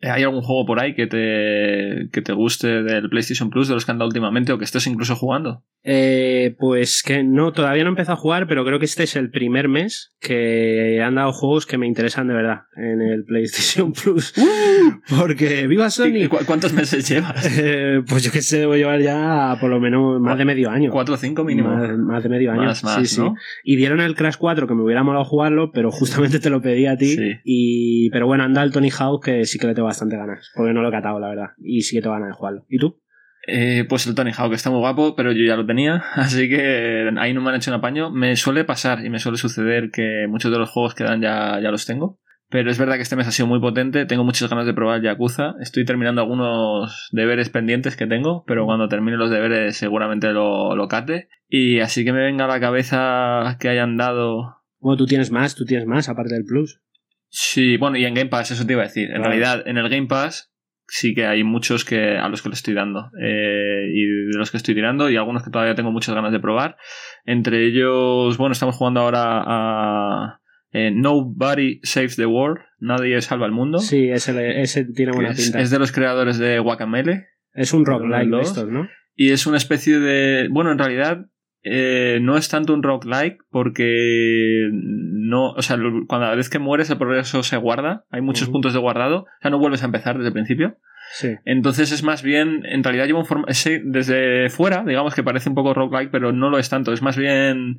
¿Hay algún juego por ahí que te guste del PlayStation Plus, de los que han dado últimamente, o que estés incluso jugando? Pues que no, todavía no he empezado a jugar, pero creo que este es el primer mes que han dado juegos que me interesan de verdad en el PlayStation Plus. Porque ¡viva Sony! ¿Cuántos meses llevas? Pues yo que sé, debo llevar ya por lo menos más de medio año. 4 o 5 mínimo. Más de medio año. Más, sí, ¿no? Y dieron el Crash 4, que me hubiera molado jugarlo, pero justamente te lo pedí a ti. Sí. Pero bueno, anda el Tony Hawk, que sí que le tengo bastante ganas, porque no lo he catado, la verdad. Y sí que tengo ganas de jugarlo. ¿Y tú? Pues el Tony Hawk está muy guapo, pero yo ya lo tenía, así que ahí no me han hecho un apaño. Me suele pasar y me suele suceder que muchos de los juegos que dan ya los tengo, pero es verdad que este mes ha sido muy potente. Tengo muchas ganas de probar Yakuza. Estoy terminando algunos deberes pendientes que tengo, pero cuando termine los deberes seguramente lo cate. Y así que me venga a la cabeza que hayan dado... Bueno, tú tienes más aparte del Plus. Sí, bueno, y en Game Pass, eso te iba a decir. En realidad, en el Game Pass sí que hay muchos a los que le estoy dando y de los que estoy tirando, y algunos que todavía tengo muchas ganas de probar. Entre ellos, bueno, estamos jugando ahora a Nobody Saves the World, Nadie salva el mundo. Sí, ese tiene buena pinta. Es de los creadores de Guacamelee. Es un roguelike de estos, ¿no? Y es una especie de... Bueno, en realidad no es tanto un roguelike porque no, o sea, cada vez que mueres el progreso se guarda, hay muchos puntos de guardado, o sea, no vuelves a empezar desde el principio. Sí. Entonces es más bien, en realidad lleva desde fuera, digamos que parece un poco roguelike, pero no lo es tanto, es más bien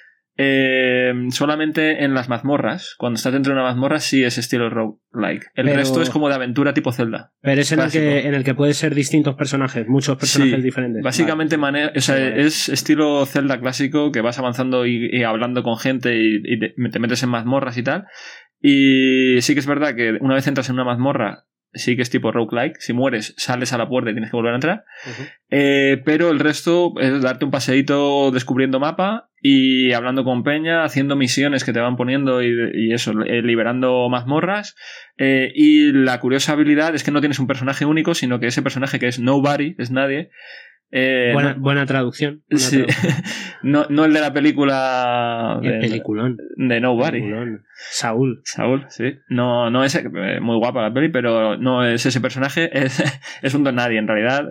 solamente en las mazmorras. Cuando estás dentro de una mazmorra sí es estilo roguelike. El resto es como de aventura tipo Zelda. Pero es en el que puede ser distintos personajes, muchos personajes diferentes. Básicamente es estilo Zelda clásico, que vas avanzando y hablando con gente y te metes en mazmorras y tal. Y sí que es verdad que una vez entras en una mazmorra sí que es tipo roguelike. Si mueres, sales a la puerta y tienes que volver a entrar. Pero el resto es darte un paseíto descubriendo mapa y hablando con peña, haciendo misiones que te van poniendo y eso, liberando mazmorras. Y la curiosa habilidad es que no tienes un personaje único, sino que ese personaje que es Nobody, es nadie. Buena traducción. Sí. No el de la película peliculón de Nobody. Peliculón. Saúl, sí. No es muy guapa la peli, pero no es ese personaje, es un don nadie en realidad.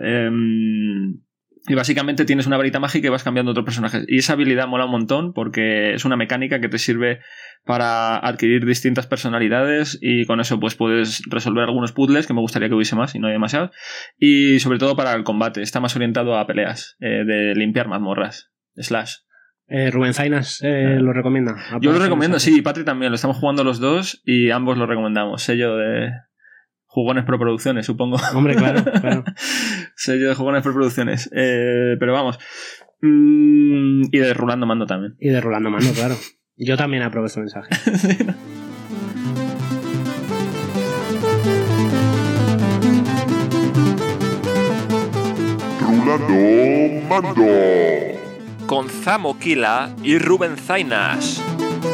Y básicamente tienes una varita mágica y vas cambiando otros personajes. Y esa habilidad mola un montón porque es una mecánica que te sirve para adquirir distintas personalidades, y con eso pues puedes resolver algunos puzzles que me gustaría que hubiese más y no hay demasiados. Y sobre todo para el combate, está más orientado a peleas, de limpiar mazmorras, slash. Rubén Zainas lo recomienda. Yo lo recomiendo, sí, y Patri también, lo estamos jugando los dos y ambos lo recomendamos. Sello de Jugones Pro Producciones, supongo. Hombre, claro. Sello de Jugones Pro Producciones. Pero vamos. Y de Rulando Mando también. Y de Rulando Mando, claro. Yo también apruebo este mensaje. Sí, ¿no? Rulando Mando. Con Zamo Kila y Rubén Zainas.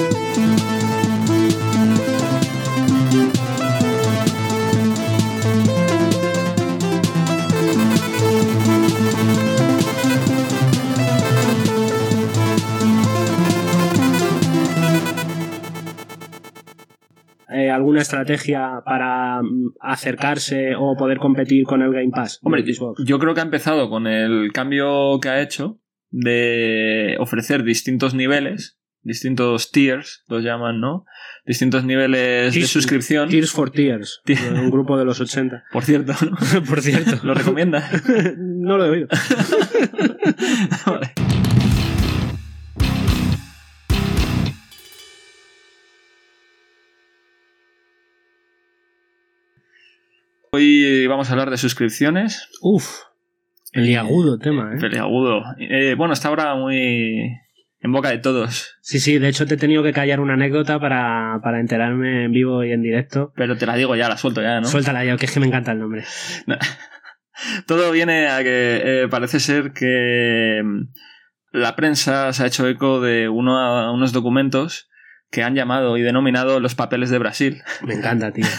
¿Alguna estrategia para acercarse o poder competir con el Game Pass? Hombre, yo creo que ha empezado con el cambio que ha hecho de ofrecer distintos niveles, distintos tiers, los llaman, ¿no? Distintos niveles de suscripción. Tears for Tears, un grupo de los 80. Por cierto, ¿no? Por cierto. ¿Lo recomienda? No lo he oído. Vale. Hoy vamos a hablar de suscripciones. Peliagudo tema, ¿eh? Peliagudo. Bueno, está ahora muy en boca de todos. Sí, de hecho te he tenido que callar una anécdota para enterarme en vivo y en directo. Pero te la digo ya, la suelto ya, ¿no? Suéltala ya, que es que me encanta el nombre. Todo viene a que parece ser que la prensa se ha hecho eco de unos documentos que han llamado y denominado los papeles de Brasil. Me encanta, tío.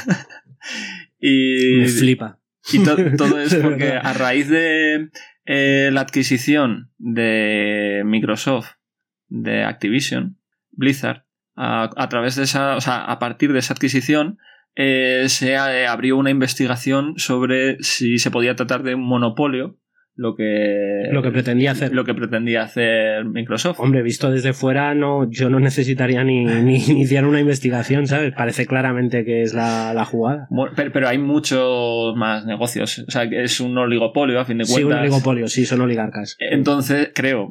Y me flipa. Y todo es porque a raíz de la adquisición de Microsoft, de Activision, Blizzard, a través de esa, o sea, a partir de esa adquisición, se abrió una investigación sobre si se podía tratar de un monopolio, lo que pretendía hacer. Lo que pretendía hacer Microsoft. Hombre, visto desde fuera, yo no necesitaría ni iniciar una investigación, ¿sabes? Parece claramente que es la jugada. Bueno, pero hay muchos más negocios. O sea, que es un oligopolio, a fin de cuentas. Sí, un oligopolio, sí, son oligarcas. Entonces, creo.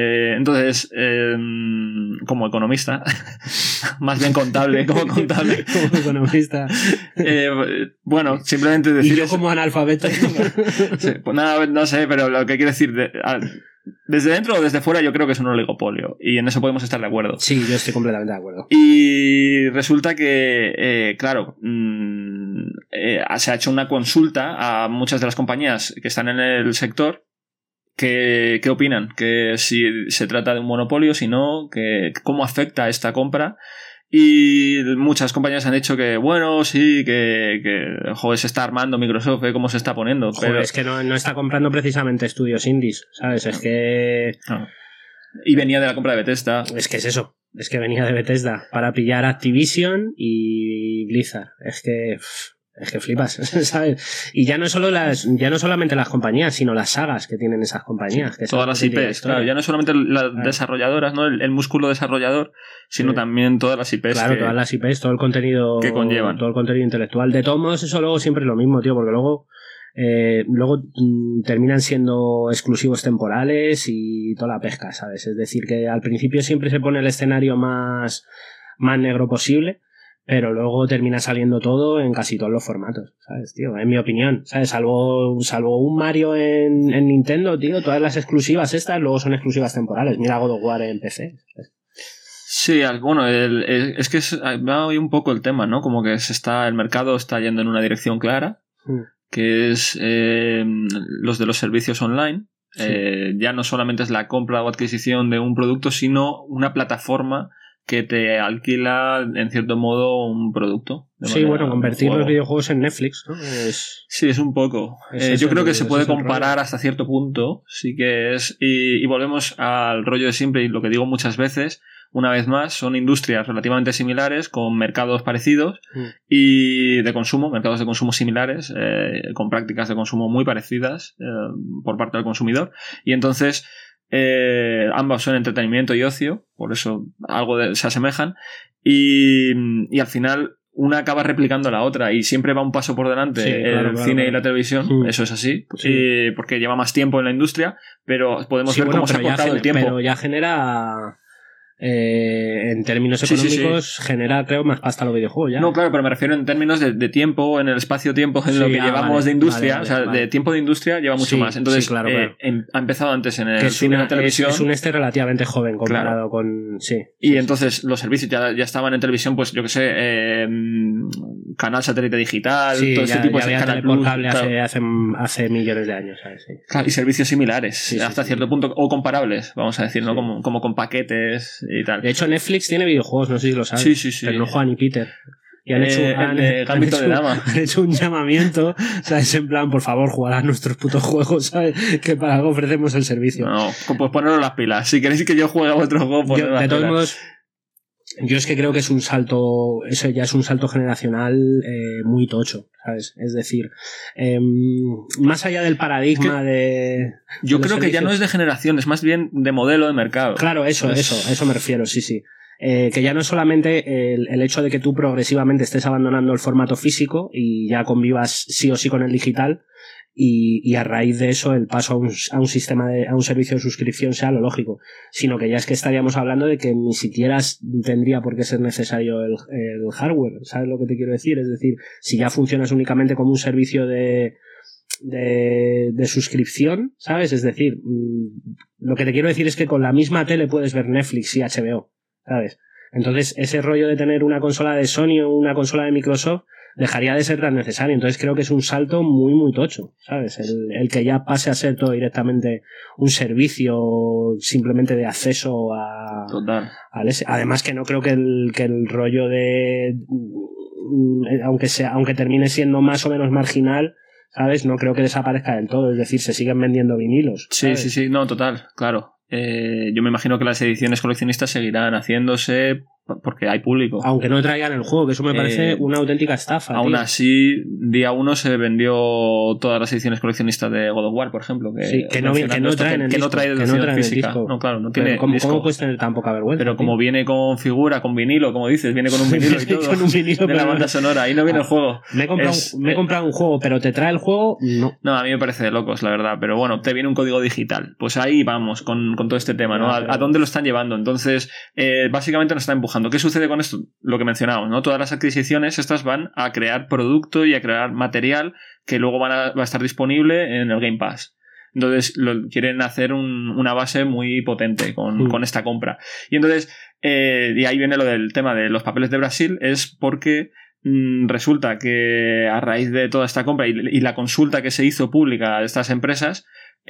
Como economista, más bien contable, como contable. Como economista. Bueno, simplemente decir. Y yo como analfabeto. Sí, pues nada, no sé, pero lo que quiero decir, desde dentro o desde fuera, yo creo que es un oligopolio. Y en eso podemos estar de acuerdo. Sí, yo estoy completamente de acuerdo. Y resulta que, claro, se ha hecho una consulta a muchas de las compañías que están en el sector. ¿Qué opinan? Que si se trata de un monopolio, si no, cómo afecta esta compra. Y muchas compañías han dicho que, bueno, sí, que joder, se está armando Microsoft, cómo se está poniendo. Joder, pero es que no está comprando precisamente estudios indies, ¿sabes? Es que... No. Y venía de la compra de Bethesda. Es que es eso, es que venía de Bethesda para pillar Activision y Blizzard. Es que flipas, ¿sabes? Y ya no solamente las compañías, sino las sagas que tienen esas compañías. Que todas las IPs, claro, ya no solamente las desarrolladoras, ¿no? El músculo desarrollador, sino también todas las IPs. Claro, todas las IPs, todo el contenido que conllevan. Todo el contenido intelectual. De todos modos, eso luego siempre es lo mismo, tío, porque luego terminan siendo exclusivos temporales y toda la pesca, ¿sabes? Es decir, que al principio siempre se pone el escenario más negro posible, pero luego termina saliendo todo en casi todos los formatos, ¿sabes, tío? En mi opinión, ¿sabes? Salvo un Mario en Nintendo, tío, todas las exclusivas estas luego son exclusivas temporales. Mira God of War en PC, ¿sabes? Sí, bueno, es que va hoy un poco el tema, ¿no? Como que el mercado está yendo en una dirección clara, que es los de los servicios online. Sí. Ya no solamente es la compra o adquisición de un producto, sino una plataforma que te alquila, en cierto modo, un producto. Sí, bueno, convertir los videojuegos en Netflix, ¿no? Sí, es un poco. Yo creo que se puede comparar hasta cierto punto, sí que es. Y volvemos al rollo de siempre, y lo que digo muchas veces, una vez más, son industrias relativamente similares, con mercados parecidos y de consumo, mercados de consumo similares, con prácticas de consumo muy parecidas por parte del consumidor. Y entonces... ambas son entretenimiento y ocio, por eso se asemejan, y al final una acaba replicando a la otra y siempre va un paso por delante, el cine y la televisión. Eso es así, porque lleva más tiempo en la industria, pero podemos ver cómo se ha cortado el tiempo. Pero ya genera... en términos económicos genera, creo, más pasta los videojuegos ya. No, claro, pero me refiero en términos de tiempo, en el espacio-tiempo, en lo que llevamos de industria, de tiempo de industria lleva mucho más. Entonces, claro. Ha empezado antes en el cine y la televisión. Es un relativamente joven comparado con... Y entonces los servicios ya estaban en televisión, pues yo que sé, canal satélite digital, todo ese tipo de canal por cable hace millones de años, ¿sabes? Sí. Claro, y servicios similares, hasta cierto punto, o comparables, vamos a decir, ¿no? Como con paquetes y tal. De hecho, Netflix tiene videojuegos, no sé si lo sabes. Sí. Pero no Juan y Peter. Y han hecho un llamamiento, ¿sabes? En plan, por favor, jugad a nuestros putos juegos, ¿sabes? Que para algo ofrecemos el servicio. No, pues poneros las pilas. Si queréis que yo juegue a vuestro juego, poneros las pilas. De todos modos, yo es que creo que es un salto, eso ya es un salto generacional muy tocho, ¿sabes? Es decir, más allá del paradigma de... Yo creo que ya no es de generación, es más bien de modelo de mercado. Claro, eso me refiero, sí. Que ya no es solamente el hecho de que tú progresivamente estés abandonando el formato físico y ya convivas sí o sí con el digital, y a raíz de eso el paso a un sistema a un servicio de suscripción sea lo lógico, sino que ya es que estaríamos hablando de que ni siquiera tendría por qué ser necesario el hardware, ¿sabes lo que te quiero decir? Es decir, si ya funcionas únicamente como un servicio de suscripción, ¿sabes? Es decir, lo que te quiero decir es que con la misma tele puedes ver Netflix y HBO, ¿sabes? Entonces ese rollo de tener una consola de Sony o una consola de Microsoft dejaría de ser tan necesario. Entonces creo que es un salto muy muy tocho, ¿sabes? El que ya pase a ser todo directamente un servicio simplemente de acceso a... Total. Además que no creo que el rollo de... aunque termine siendo más o menos marginal, ¿sabes? No creo que desaparezca del todo. Es decir, se siguen vendiendo vinilos, ¿sabes? Sí, no, total, claro. Yo me imagino que las ediciones coleccionistas seguirán haciéndose porque hay público. Aunque no traigan el juego, que eso me parece una auténtica estafa. Aún tío. así, día 1 se vendió todas las ediciones coleccionistas de God of War, por ejemplo. Que no traen el disco. No trae edición física. No, claro, no tiene ¿Cómo puedes tener tan poca vergüenza? Pero como viene con figura, con vinilo, como dices, viene con un vinilo y todo. Con un vinilo, de la banda sonora, ahí no viene el juego. Me he comprado un juego, pero ¿te trae el juego? No. No, a mí me parece de locos, la verdad. Pero bueno, te viene un código digital. Pues ahí vamos con todo este tema, ¿no? ¿A dónde lo están llevando? Entonces, básicamente nos está empujando. ¿Qué sucede con esto? Lo que mencionábamos, ¿no? Todas las adquisiciones, estas van a crear producto y a crear material que luego va a estar disponible en el Game Pass. Entonces, quieren hacer una base muy potente con esta compra. Y entonces, y ahí viene lo del tema de los papeles de Brasil, es porque resulta que a raíz de toda esta compra y la consulta que se hizo pública de estas empresas,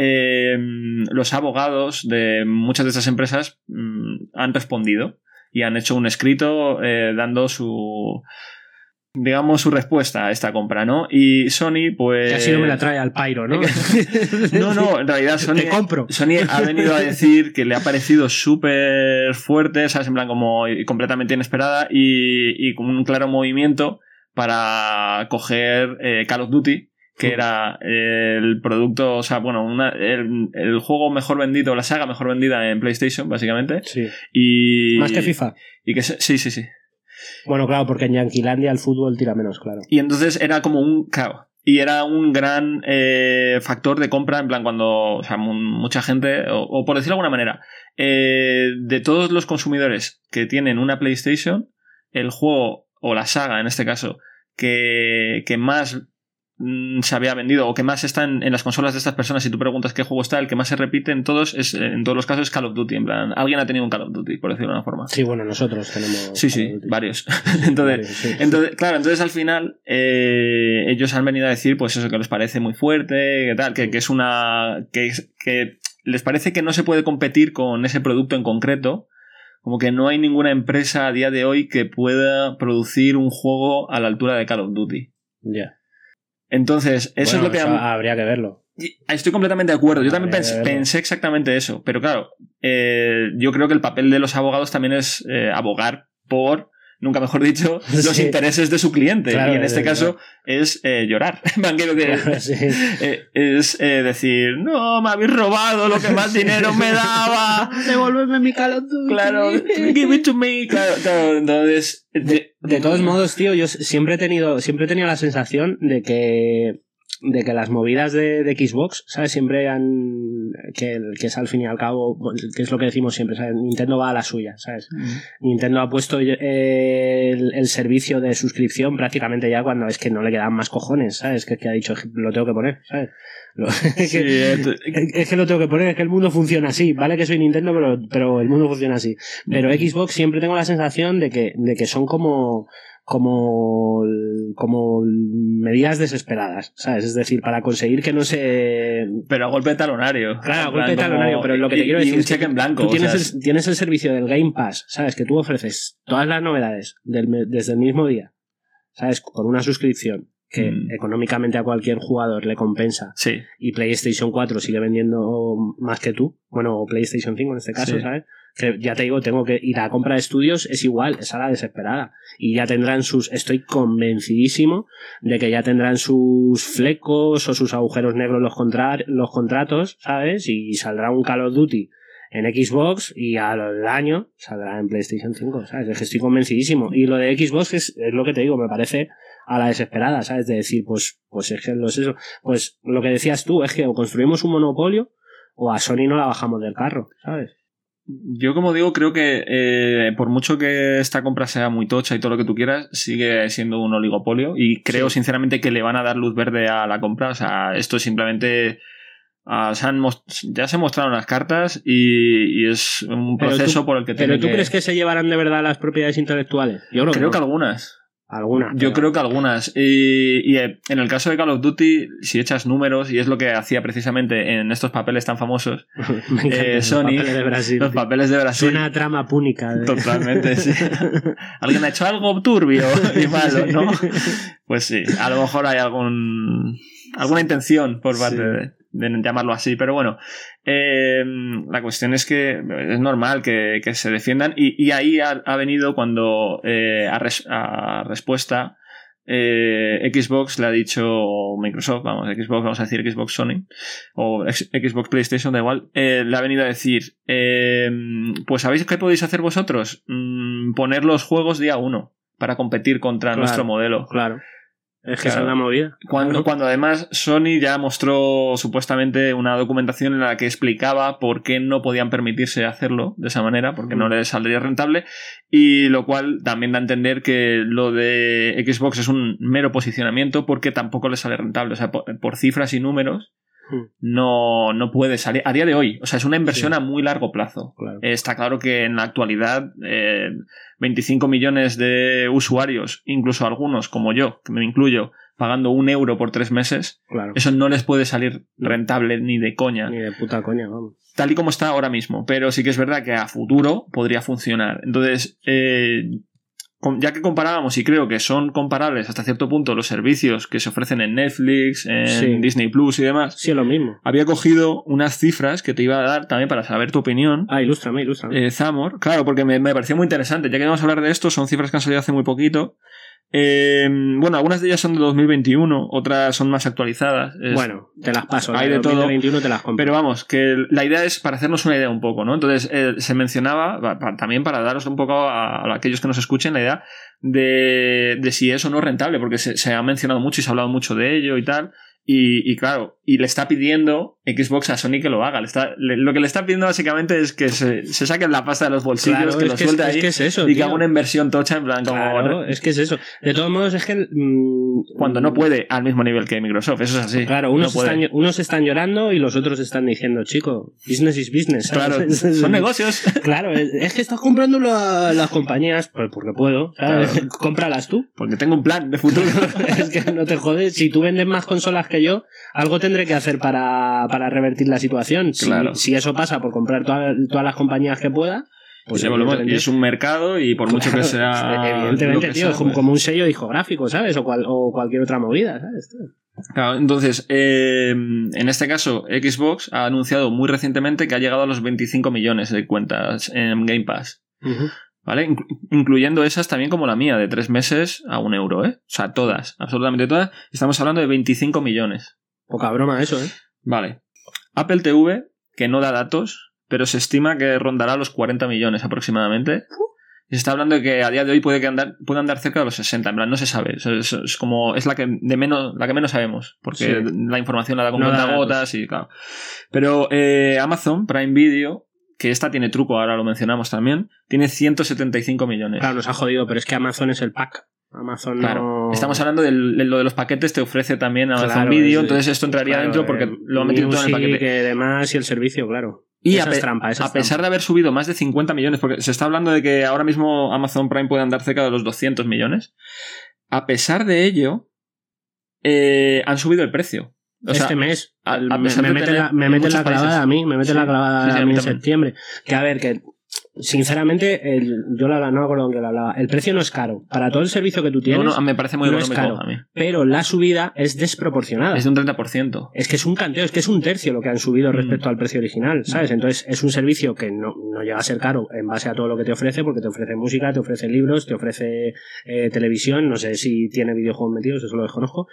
los abogados de muchas de estas empresas han respondido y han hecho un escrito dando su respuesta a esta compra, ¿no? Y Sony, pues... Casi no me la trae al pairo, ¿no? No, en realidad Sony ha venido a decir que le ha parecido súper fuerte, ¿sabes? En plan como completamente inesperada y con un claro movimiento para coger Call of Duty, que era el producto, o sea, bueno, el juego mejor vendido, la saga mejor vendida en PlayStation, básicamente. Sí. Y... Más que FIFA. Sí. Bueno, claro, porque en Yanquilandia el fútbol tira menos, claro. Y entonces era como era un gran factor de compra, en plan cuando, o sea, mucha gente, o por decirlo de alguna manera, de todos los consumidores que tienen una PlayStation, el juego, o la saga en este caso, que más se había vendido o que más está en las consolas de estas personas, si tú preguntas qué juego está, el que más se repite en todos los casos es Call of Duty, en plan, alguien ha tenido un Call of Duty, por decirlo de una forma. Sí, bueno, nosotros tenemos sí, varios. Entonces al final ellos han venido a decir pues eso, que les parece muy fuerte, que tal, que es una que les parece que no se puede competir con ese producto en concreto, como que no hay ninguna empresa a día de hoy que pueda producir un juego a la altura de Call of Duty. Ya. Yeah. Entonces, eso es lo que... habría que verlo. Estoy completamente de acuerdo. Yo también pensé exactamente eso. Pero claro, yo creo que el papel de los abogados también es abogar por, nunca mejor dicho, los intereses de su cliente. Claro, y en este caso es llorar. Es decir, no, me habéis robado lo que más dinero me daba. Devuélveme mi Call of Duty. Claro, give it to me. Claro, entonces... De todos modos, tío, yo siempre he tenido la sensación de que las movidas de Xbox, ¿sabes? Siempre que es al fin y al cabo, que es lo que decimos siempre, ¿sabes? Nintendo va a la suya, ¿sabes? Nintendo ha puesto el servicio de suscripción prácticamente ya cuando es que no le quedan más cojones, ¿sabes? Que ha dicho, lo tengo que poner, ¿sabes? Es que lo tengo que poner, es que el mundo funciona así, vale que soy Nintendo, pero el mundo funciona así. Pero Xbox siempre tengo la sensación de que son como medidas desesperadas, ¿sabes? Es decir, para conseguir que no se... Pero a golpe de talonario. Claro, a golpe de talonario, pero lo que te quiero decir es que en blanco, tú tienes el servicio del Game Pass, ¿sabes? Que tú ofreces todas las novedades desde el mismo día, ¿sabes? Con una suscripción que económicamente a cualquier jugador le compensa. Sí. Y PlayStation 4 sigue vendiendo más que tú. Bueno, o PlayStation 5 en este caso, sí. ¿Sabes? Que ya te digo, y la compra de estudios es igual, es a la desesperada. Y ya tendrán estoy convencidísimo de que ya tendrán sus flecos o sus agujeros negros los contratos, ¿sabes? Y saldrá un Call of Duty en Xbox y al año saldrá en PlayStation 5, ¿sabes? Es que estoy convencidísimo. Y lo de Xbox es lo que te digo, me parece a la desesperada, ¿sabes? De decir, pues es que eso. Pues lo que decías tú es que o construimos un monopolio o a Sony no la bajamos del carro, ¿sabes? Yo, como digo, creo que por mucho que esta compra sea muy tocha y todo lo que tú quieras, sigue siendo un oligopolio y creo sinceramente que le van a dar luz verde a la compra. O sea, esto es simplemente... ya se mostraron las cartas y es un proceso por el que ¿Pero tú crees que se llevarán de verdad las propiedades intelectuales? Yo creo que algunas. Yo creo que algunas. Y en el caso de Call of Duty, si echas números, y es lo que hacía precisamente en estos papeles tan famosos, Sony, los papeles de Brasil. Una trama púnica. Totalmente, sí. Alguien ha hecho algo turbio y malo, ¿no? Pues sí, a lo mejor hay alguna intención por parte de llamarlo así, pero bueno, la cuestión es que es normal que se defiendan y ahí ha venido cuando a respuesta Xbox le ha dicho Microsoft, Xbox, vamos a decir Xbox Sony o Xbox PlayStation, da igual, le ha venido a decir pues ¿sabéis qué podéis hacer vosotros? Poner los juegos día 1 para competir contra nuestro modelo. Claro. Es que esa es la movida. Cuando además Sony ya mostró supuestamente una documentación en la que explicaba por qué no podían permitirse hacerlo de esa manera, porque no les saldría rentable, y lo cual también da a entender que lo de Xbox es un mero posicionamiento porque tampoco les sale rentable. O sea, por cifras y números no puede salir a día de hoy. O sea, es una inversión a muy largo plazo. Claro. Está claro que en la actualidad 25 millones de usuarios, incluso algunos como yo, que me incluyo, pagando €1 por 3 meses, claro, eso no les puede salir rentable ni de coña. Ni de puta coña, vamos. Tal y como está ahora mismo. Pero sí que es verdad que a futuro podría funcionar. Entonces, ya que comparábamos, y creo que son comparables hasta cierto punto los servicios que se ofrecen en Netflix, en Disney Plus y demás. Sí, es lo mismo. Había cogido unas cifras que te iba a dar también para saber tu opinión. Ilústrame. Zamor, claro, porque me pareció muy interesante. Ya que vamos a hablar de esto, son cifras que han salido hace muy poquito. Bueno, algunas de ellas son de 2021, otras son más actualizadas. Bueno, te las paso. Hay de 2021 todo. Te las compro. Pero vamos, que la idea es para hacernos una idea un poco, ¿no? Entonces, se mencionaba, también para daros un poco a aquellos que nos escuchen, la idea de si es o no rentable, porque se ha mencionado mucho y se ha hablado mucho de ello y tal. Y claro, y le está pidiendo Xbox a Sony que lo haga. Lo que le está pidiendo básicamente es que se saquen la pasta de los bolsillos, claro, que lo suelte ahí, es eso, y que haga una inversión tocha en plan como... Claro, es que es eso. De todos modos, es que... cuando no puede al mismo nivel que Microsoft, eso es así. Claro, unos están llorando y los otros están diciendo, chico, business is business. ¿Sabes? Claro, son negocios. Claro, es que estás comprando las compañías, pues porque puedo, ¿sabes? Claro. Cómpralas tú. Porque tengo un plan de futuro. Es que no te jodes, si tú vendes más consolas que yo, algo tendré que hacer para revertir la situación. Claro. Si eso pasa por comprar todas las compañías que pueda, pues y es un mercado y por mucho que sea... Evidentemente, tío, es como un sello discográfico, ¿sabes? O cualquier otra movida, ¿sabes? Claro, entonces, en este caso, Xbox ha anunciado muy recientemente que ha llegado a los 25 millones de cuentas en Game Pass. ¿Vale? Incluyendo esas también como la mía, de 3 meses a €1, ¿eh? O sea, todas, absolutamente todas. Estamos hablando de 25 millones. Poca broma eso, ¿eh? Vale. Apple TV, que no da datos, pero se estima que rondará los 40 millones aproximadamente. Y se está hablando de que a día de hoy puede andar cerca de los 60. En plan, no se sabe. Es la que menos sabemos. Porque la información la da con cuentagotas y claro. Pero Amazon Prime Video, que esta tiene truco, ahora lo mencionamos también, tiene 175 millones. Claro, nos ha jodido, pero es que Amazon es el pack. Amazon claro. No... Estamos hablando de lo de los paquetes, te ofrece también Amazon Video, entonces esto entraría dentro porque lo ha metido todo en el paquete. Que demás y el servicio, claro. Y a pesar de haber subido más de 50 millones, porque se está hablando de que ahora mismo Amazon Prime puede andar cerca de los 200 millones, a pesar de ello, han subido el precio. O sea, este mes me mete la clavada a mí en septiembre. Que a ver, que sinceramente yo no me acuerdo dónde la hablaba. El precio no es caro. Para todo el servicio que tú tienes, no, me parece muy económico caro, a mí. Pero la subida es desproporcionada. Es de un 30%. Es que es un canteo, es que es un tercio lo que han subido respecto al precio original, ¿sabes? Entonces es un servicio que no llega a ser caro en base a todo lo que te ofrece, porque te ofrece música, te ofrece libros, te ofrece televisión, no sé si tiene videojuegos metidos, eso lo desconozco,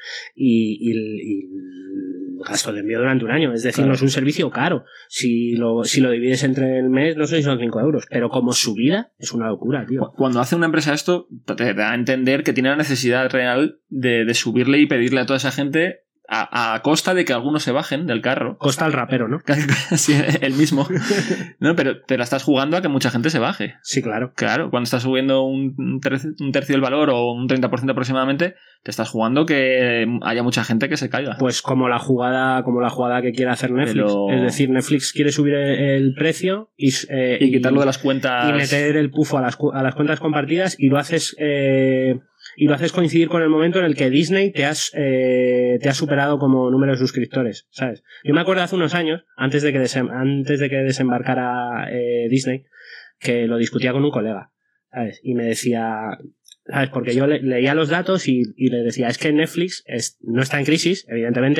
y gasto de envío durante un año. Es decir, claro, no es un servicio caro. Si lo divides entre el mes, no sé si son 5 euros. Pero como subida, es una locura, tío. Cuando hace una empresa esto, te da a entender que tiene la necesidad real de subirle y pedirle a toda esa gente a costa de que algunos se bajen del carro. Costa al rapero, ¿no? Sí, el mismo. No, pero te la estás jugando a que mucha gente se baje. Sí, claro. Claro, cuando estás subiendo un tercio del valor o un 30% aproximadamente, te estás jugando que haya mucha gente que se caiga. Pues como la jugada que quiere hacer Netflix. Pero... Es decir, Netflix quiere subir el precio y quitarlo de las cuentas. Y meter el pufo a las cuentas compartidas y lo haces... Y lo haces coincidir con el momento en el que Disney te has superado como número de suscriptores, ¿sabes? Yo me acuerdo hace unos años, antes de que desembarcara Disney, que lo discutía con un colega, ¿sabes? Y me decía, ¿sabes? Porque yo leía los datos y le decía, es que Netflix no está en crisis, evidentemente,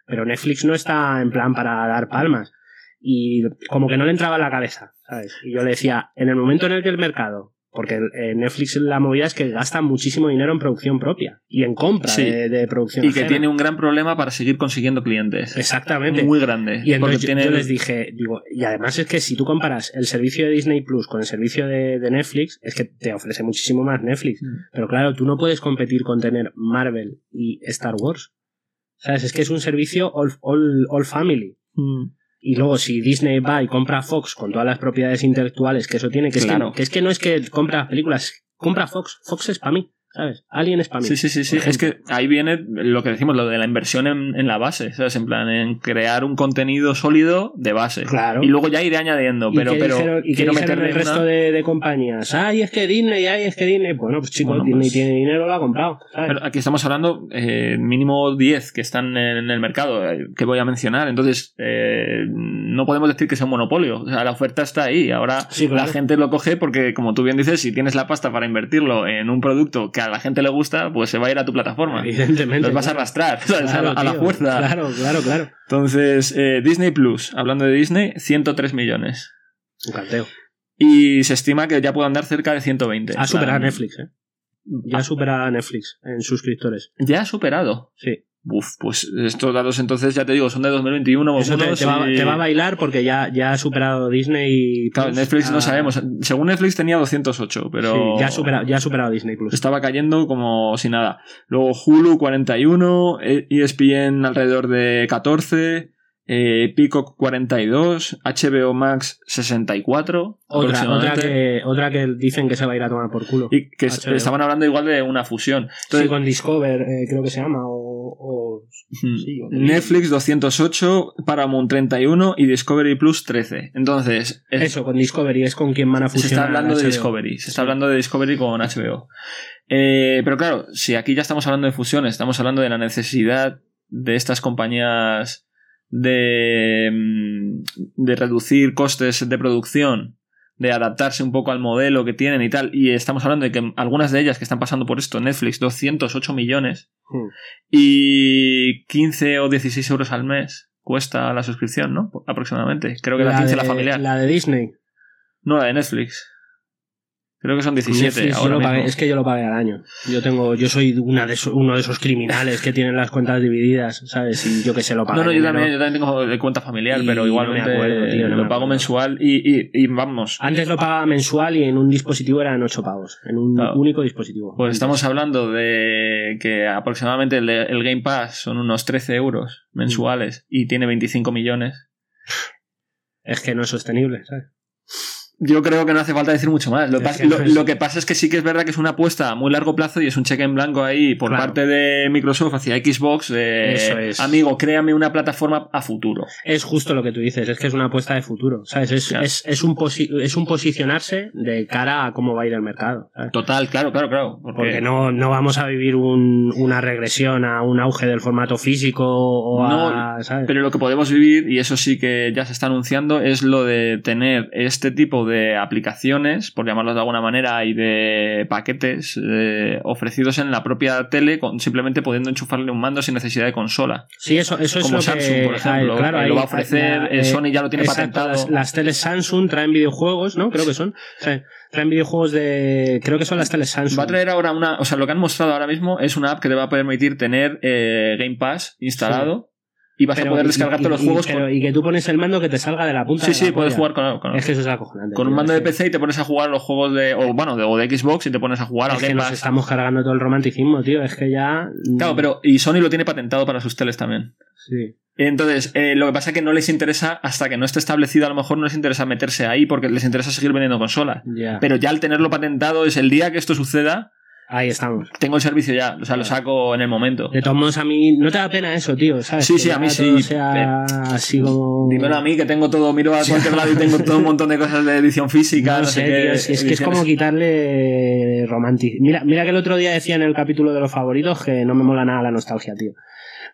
pero Netflix no está en plan para dar palmas. Y como que no le entraba en la cabeza, ¿sabes? Y yo le decía, en el momento en el que el mercado, porque Netflix la movida es que gasta muchísimo dinero en producción propia y en compra de producción y que ajena. tiene un gran problema para seguir consiguiendo clientes. Exactamente. Muy grande. Y entonces yo les dije, digo, y además es que si tú comparas el servicio de Disney Plus con el servicio de Netflix, es que te ofrece muchísimo más Netflix. Pero claro, tú no puedes competir con tener Marvel y Star Wars. ¿Sabes? Es que es un servicio all family. Y luego si Disney va y compra Fox con todas las propiedades intelectuales que eso tiene, que, claro. es que no es que compra películas, compra Fox. Fox es para mí, ¿sabes? Alien es para mí. Sí. Es que ahí viene lo que decimos, lo de la inversión en la base, ¿sabes? En plan, en crear un contenido sólido de base. Claro. Y luego ya iré añadiendo, pero quiero meterle el resto de compañías. Es que Disney. Bueno, pues chicos, bueno, Disney tiene dinero, lo ha comprado, ¿sabes? Pero aquí estamos hablando mínimo 10 que están en el mercado, que voy a mencionar. Entonces, no podemos decir que sea un monopolio. O sea, la oferta está ahí. Ahora la gente lo coge porque, como tú bien dices, si tienes la pasta para invertirlo en un producto que a la gente le gusta, pues se va a ir a tu plataforma. Evidentemente. Los vas a arrastrar, ¿sabes? Claro, a la fuerza. Claro. Entonces, Disney Plus, hablando de Disney, 103 millones. Un canteo. Y se estima que ya puede andar cerca de 120. Ha superado a Netflix, ¿eh? Ya ha superado a Netflix en suscriptores. ¿Ya ha superado? Sí. Pues estos datos entonces, ya te digo, son de 2021. Eso te va a bailar porque ya ha superado Disney Plus. Claro, Netflix no sabemos. Según Netflix tenía 208, pero... Sí, ya ha superado Disney Plus. Estaba cayendo como si nada. Luego Hulu 41, ESPN alrededor de 14, Peacock 42, HBO Max 64. Otra que dicen que se va a ir a tomar por culo. Y que estaban hablando igual de una fusión. Entonces, sí, con Discover, creo que se llama. Netflix 208, Paramount 31 y Discovery Plus 13. Entonces... Eso, con Discovery es con quien van a fusionar. Se está hablando de Discovery. Se está hablando de Discovery con HBO. Pero claro, si aquí ya estamos hablando de fusiones, estamos hablando de la necesidad de estas compañías de reducir costes de producción, de adaptarse un poco al modelo que tienen y tal, y estamos hablando de que algunas de ellas que están pasando por esto, Netflix 208 millones y 15 o 16 euros al mes cuesta la suscripción, ¿no? Aproximadamente, creo que la 15 la familiar. ¿La de Disney? No, la de Netflix. Creo que son 17 Netflix, ahora es que yo lo pagué al año. Yo soy uno de esos criminales que tienen las cuentas divididas, ¿sabes? Y yo que sé, lo pago. No, yo también tengo de cuenta familiar, pero igualmente no me acuerdo, tío, lo pago mensual y vamos. Antes lo pagaba mensual y en un dispositivo eran 8 pavos. En un único dispositivo. Pues estamos hablando de que aproximadamente el Game Pass son unos 13 euros mensuales y tiene 25 millones. Es que no es sostenible, ¿sabes? Yo creo que no hace falta decir mucho más. Lo que pasa es que sí que es verdad que es una apuesta a muy largo plazo y es un cheque en blanco ahí por parte de Microsoft hacia Xbox. Eso es. Amigo, créame una plataforma a futuro. Es justo lo que tú dices, es que es una apuesta de futuro, ¿sabes? Es un posicionarse de cara a cómo va a ir el mercado, ¿sabes? Total, claro. Porque no vamos a vivir una regresión a un auge del formato físico ¿sabes? Pero lo que podemos vivir, y eso sí que ya se está anunciando, es lo de tener este tipo de aplicaciones, por llamarlos de alguna manera, y de paquetes ofrecidos en la propia tele, simplemente pudiendo enchufarle un mando sin necesidad de consola. Sí, eso es como lo Samsung, que, por ejemplo, claro, lo va a ofrecer, Sony ya lo tiene patentado. Las teles Samsung traen videojuegos, ¿no? Creo que son. Traen videojuegos creo que son las teles Samsung. Va a traer ahora lo que han mostrado ahora mismo es una app que te va a permitir tener Game Pass instalado. Sí. Y vas a poder descargarte los juegos. Y que tú pones el mando que te salga de la punta. Sí, puedes jugar con es que eso es acojonante. Con un mando de PC y te pones a jugar los juegos de Xbox y te pones a jugar a Game Pass. Nos estamos cargando todo el romanticismo, tío. Es que ya. Claro, pero. Y Sony lo tiene patentado para sus teles también. Sí. Entonces, lo que pasa es que no les interesa, hasta que no esté establecido, a lo mejor no les interesa meterse ahí porque les interesa seguir vendiendo consolas. Yeah. Pero ya al tenerlo patentado, es el día que esto suceda. Ahí estamos. Tengo el servicio ya, o sea, lo saco en el momento. De todos modos, a mí no te da pena eso, tío, ¿sabes? Sí, a mí sí. Así como... Dímelo a mí, que tengo todo, miro a cualquier lado y tengo todo un montón de cosas de edición física. No sé, tío, es que es como quitarle romanticismo. Mira que el otro día decía en el capítulo de los favoritos que no me mola nada la nostalgia, tío.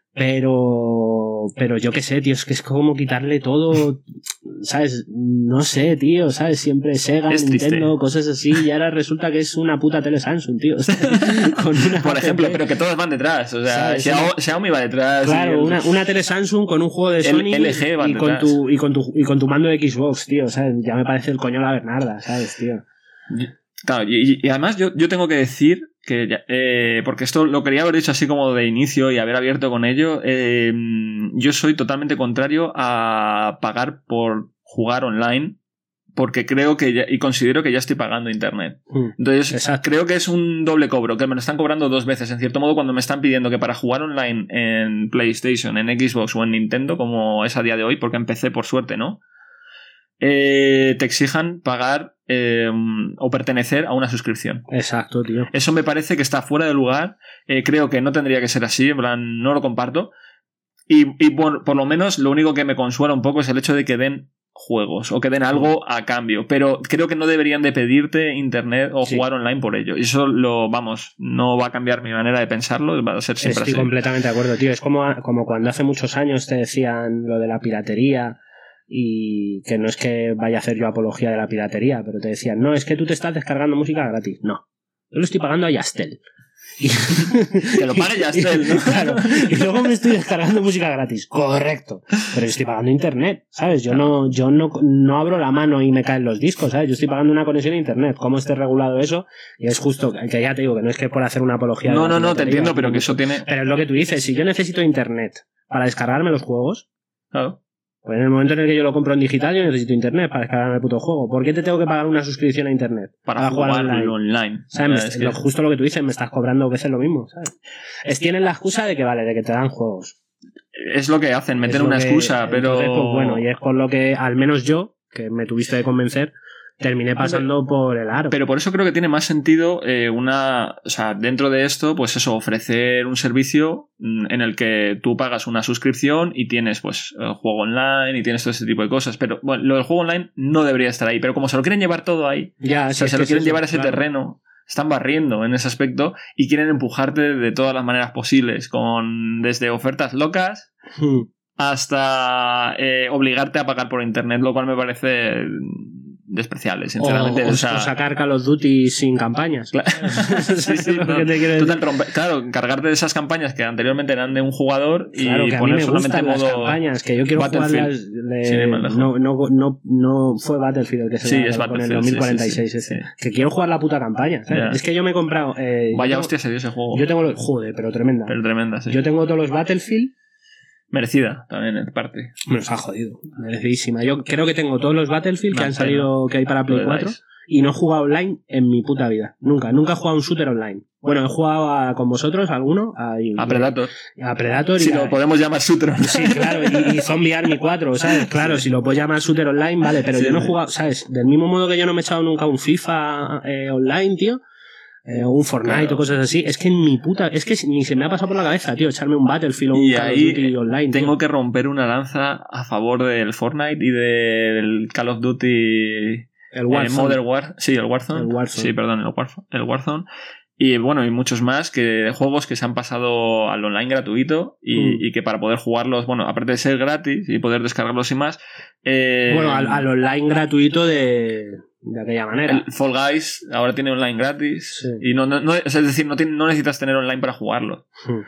Pero yo qué sé, tío, es que es como quitarle todo, ¿sabes? No sé, tío, ¿sabes? Siempre Sega, Es Nintendo, triste. cosas así, y ahora resulta que es una puta tele Samsung, tío. Con una Por ejemplo, app. pero que todos van detrás. O sea, ¿Sabes? Xiaomi va detrás. Claro, y una tele Samsung con un juego de Sony LG van y con detrás. y con tu mando de Xbox, tío, ¿sabes? Ya me parece el coño la Bernarda, ¿sabes, tío? Claro, y además yo tengo que decir que porque esto lo quería haber dicho así como de inicio y haber abierto con ello, yo soy totalmente contrario a pagar por jugar online porque creo que y considero que ya estoy pagando internet. Entonces Exacto. creo que es un doble cobro, que me lo están cobrando dos veces, en cierto modo, cuando me están pidiendo que para jugar online en PlayStation, en Xbox o en Nintendo, como es a día de hoy, porque empecé por suerte, ¿no? Te exijan pagar o pertenecer a una suscripción. Exacto, tío. Eso me parece que está fuera de lugar. Creo que no tendría que ser así, en plan, no lo comparto. Y por lo menos lo único que me consuela un poco es el hecho de que den juegos o que den algo a cambio. Pero creo que no deberían de pedirte internet o jugar online por ello. Y eso no va a cambiar mi manera de pensarlo, va a ser siempre así. Estoy completamente de acuerdo, tío. Es como cuando hace muchos años te decían lo de la piratería. Y que no es que vaya a hacer yo apología de la piratería, pero te decían, no, es que tú te estás descargando música gratis. No, yo lo estoy pagando a Yastel. Que lo pague Yastel, ¿no? Claro, y luego me estoy descargando música gratis. Correcto. Pero yo estoy pagando internet, ¿sabes? Yo no abro la mano y me caen los discos, ¿sabes? Yo estoy pagando una conexión a internet. ¿Cómo esté regulado eso? Y es justo, que ya te digo, que no es que por hacer una apología No, de la te entiendo, pero que eso tiene... Pero es lo que tú dices, si yo necesito internet para descargarme los juegos... Claro. Pues en el momento en el que yo lo compro en digital, yo necesito internet para descargarme el puto juego. ¿Por qué te tengo que pagar una suscripción a internet? Para jugar online. ¿Sabes? Justo lo que tú dices, me estás cobrando 2 veces lo mismo, ¿sabes? Tienen la excusa de que te dan juegos. Es lo que hacen, meten una excusa, pero... Entonces, pues bueno, y es por lo que, al menos yo, que me tuviste de convencer, terminé pasando por el aro. Pero por eso creo que tiene más sentido o sea, dentro de esto, pues eso, ofrecer un servicio en el que tú pagas una suscripción y tienes pues el juego online y tienes todo ese tipo de cosas. Pero bueno, lo del juego online no debería estar ahí. Pero como se lo quieren llevar todo ahí, ya, se lo quieren llevar a ese terreno, están barriendo en ese aspecto y quieren empujarte de todas las maneras posibles, desde ofertas locas hasta obligarte a pagar por internet, lo cual me parece despreciable, sinceramente. O sacar Call of Duty sin campañas. Claro, sí, claro, encargarte de esas campañas que anteriormente eran de un jugador y claro, que a mí me gustan las campañas, que yo quiero jugarlas. No fue Battlefield el que se es con el 2046 ese. Que quiero jugar la puta campaña. ¿Sabes? Es que yo me he comprado. Hostia, se dio ese juego. Yo tengo joder, pero tremenda. Sí. Yo tengo todos los Battlefield. Merecida también en parte. Me los ha jodido. Merecidísima. Yo creo que tengo todos los Battlefield que han salido, que hay para Play 4 y no he jugado online en mi puta vida. Nunca he jugado un shooter online. Bueno, he jugado con vosotros alguno. A Predator. A Predator. Si lo podemos llamar shooter online. Sí, claro. Y Zombie Army 4, ¿sabes? Claro, si lo puedo llamar shooter online, vale. Pero yo no he jugado, ¿sabes? Del mismo modo que yo no me he echado nunca un FIFA online, tío. O un Fortnite o cosas así. Es que en mi puta... Es que ni se me ha pasado por la cabeza, tío, echarme un Battlefield o un Call of Duty online. Tengo que romper una lanza a favor del Fortnite y del Call of Duty... El Warzone. Modern War... Sí, el Warzone. Sí, perdón, el Warzone. Y bueno, y muchos más juegos que se han pasado al online gratuito y que para poder jugarlos, bueno, aparte de ser gratis y poder descargarlos y más... bueno, al online gratuito de aquella manera. El Fall Guys ahora tiene online gratis. Sí. Y es decir, no necesitas tener online para jugarlo.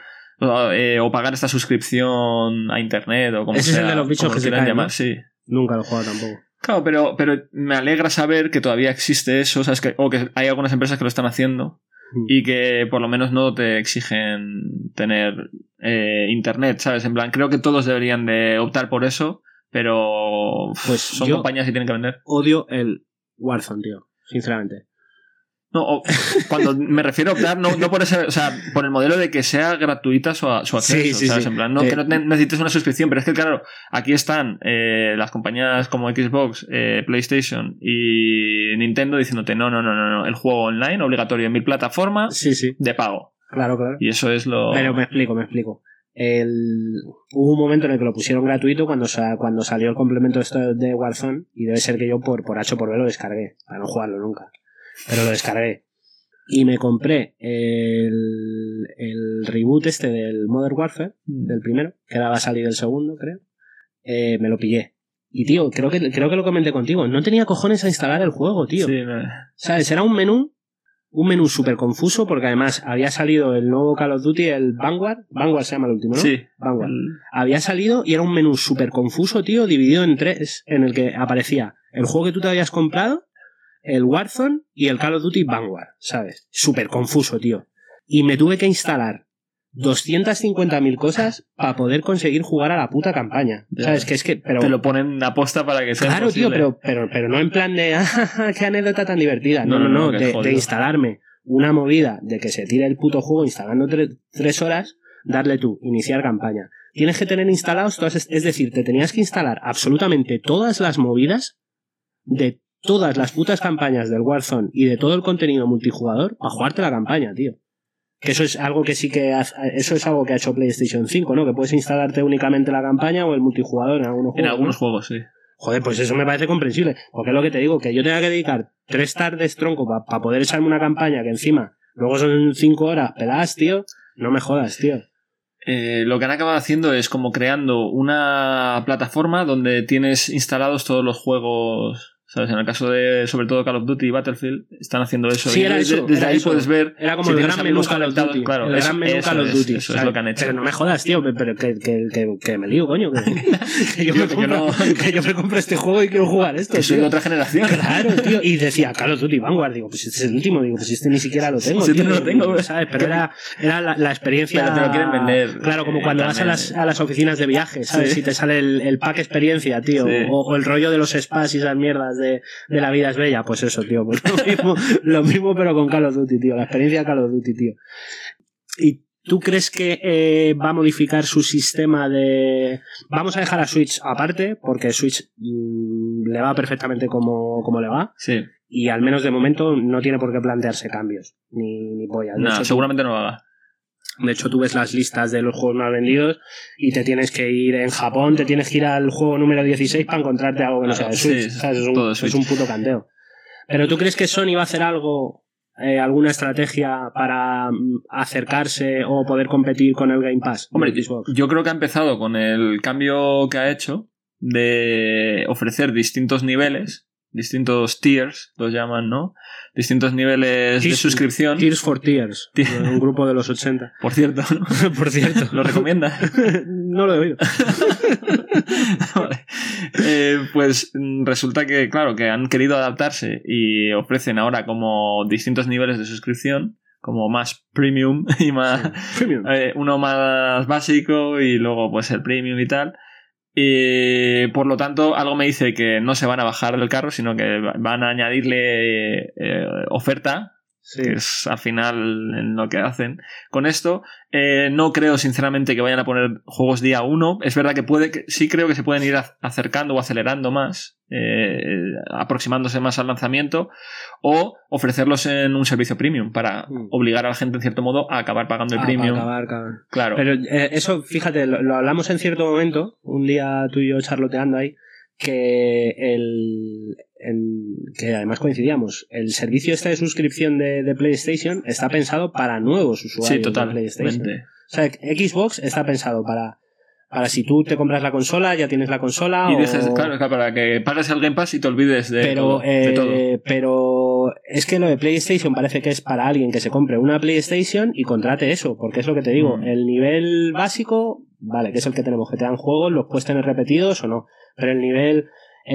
O pagar esta suscripción a internet o como Ese sea. Es el de los bichos que se caen, llamar, ¿no? Sí. Nunca lo he jugado tampoco. Claro, pero me alegra saber que todavía existe eso, ¿sabes? O que hay algunas empresas que lo están haciendo y que por lo menos no te exigen tener internet, ¿sabes? En plan, creo que todos deberían de optar por eso, pero pues son compañías y tienen que vender. Odio el Warzone, tío, sinceramente. No, cuando me refiero a optar, no por ese, o sea, por el modelo de que sea gratuita su acceso, ¿sabes? En plan, que no necesites una suscripción, pero es que claro, aquí están las compañías como Xbox, PlayStation y Nintendo diciéndote no, el juego online obligatorio en mi plataforma de pago. Claro. Y eso es lo... Pero me explico. Hubo un momento en el que lo pusieron gratuito cuando salió el complemento de Warzone y debe ser que yo por H o por B lo descargué para no jugarlo nunca, pero lo descargué y me compré el reboot este del Modern Warfare, del primero, que ahora va a salir el segundo, creo. Me lo pillé. Y tío, creo que lo comenté contigo, no tenía cojones a instalar el juego, tío. Sí, ¿Sabes? Era un menú súper confuso, porque además había salido el nuevo Call of Duty, el Vanguard se llama el último, ¿no? Sí. Vanguard. Había salido y era un menú súper confuso, tío, dividido en 3, en el que aparecía el juego que tú te habías comprado, el Warzone y el Call of Duty Vanguard, ¿sabes? Súper confuso, tío. Y me tuve que instalar 250.000 cosas para poder conseguir jugar a la puta campaña. Ya. ¿Sabes? Que es que... Pero... Te lo ponen a posta para que sea claro, posible. Tío, pero no en plan de qué anécdota tan divertida. No, de instalarme una movida de que se tire el puto juego instalando 3 horas, darle tú, iniciar campaña. Tienes que tener instalados todas... Es decir, te tenías que instalar absolutamente todas las movidas de todas las putas campañas del Warzone y de todo el contenido multijugador para jugarte la campaña, tío. Que eso es algo que eso es algo que ha hecho PlayStation 5, ¿no? Que puedes instalarte únicamente la campaña o el multijugador en algunos juegos. En algunos juegos, sí. Joder, pues eso me parece comprensible. Porque es lo que te digo, que yo tenga que dedicar 3 tardes, tronco, para poder echarme una campaña que encima luego son 5 horas peladas, tío. No me jodas, tío. Lo que han acabado haciendo es como creando una plataforma donde tienes instalados todos los juegos... ¿Sabes? En el caso de, sobre todo, Call of Duty y Battlefield, están haciendo eso. Sí, era eso. Desde ahí puedes ver. Era como si el gran menú Call of Duty. Claro, el gran menú Call of Duty. Eso es lo que han hecho. Pero no me jodas, tío. Pero que me lío, coño. Que yo me compro este juego y quiero jugar esto. Que soy de otra generación. Claro, tío. Y decía Call of Duty Vanguard. Digo, pues este es el último. Digo, pues este ni siquiera lo tengo. Este no lo tengo, ¿sabes? Pero era la experiencia. Pero te lo quieren vender. Claro, como cuando vas a las oficinas de viaje, ¿sabes? Si te sale el pack experiencia, tío. O el rollo de los spas y esas mierdas de la vida es bella, pues eso, tío, pues lo mismo pero con Call of Duty, tío, la experiencia de Call of Duty, tío. ¿Y tú crees que va a modificar su sistema de... Vamos a dejar a Switch aparte, porque Switch le va perfectamente como le va, sí. Y al menos de momento no tiene por qué plantearse cambios, ni pollas. No, seguramente no lo haga. De hecho, tú ves las listas de los juegos más vendidos y te tienes que ir en Japón, te tienes que ir al juego número 16 para encontrarte algo que no sea de Switch. Sí, es un puto canteo. Pero ¿tú crees que Sony va a hacer algo, alguna estrategia para acercarse o poder competir con el Game Pass? Hombre, yo creo que ha empezado con el cambio que ha hecho de ofrecer distintos niveles, distintos tiers, los llaman, ¿no? Distintos niveles de suscripción. Tears for Tears, un grupo de los 80. Por cierto, ¿no? Por cierto. ¿Lo recomienda? No lo he oído. Vale. Pues resulta que, claro, que han querido adaptarse y ofrecen ahora como distintos niveles de suscripción, como más premium y más... Sí, premium. Uno más básico y luego pues el premium y tal. Y por lo tanto algo me dice que no se van a bajar del carro, sino que van a añadirle oferta, sí. Que es al final en lo que hacen con esto. No creo sinceramente que vayan a poner juegos día 1. Es verdad que sí creo que se pueden ir acercando o acelerando más, aproximándose más al lanzamiento, o ofrecerlos en un servicio premium para obligar a la gente en cierto modo a acabar pagando el premium. Acabar. Claro. Pero eso, fíjate, lo hablamos en cierto momento, un día tú y yo charloteando ahí, que que además coincidíamos, el servicio este de suscripción de PlayStation está pensado para nuevos usuarios de PlayStation. O sea, Xbox está pensado para si tú te compras la consola, ya tienes la consola. Y dices, claro, para que pagues el Game Pass y te olvides de todo. Pero es que lo de PlayStation parece que es para alguien que se compre una PlayStation y contrate eso, porque es lo que te digo, el nivel básico, vale, que es el que tenemos, que te dan juegos, los puedes tener repetidos o no, pero el nivel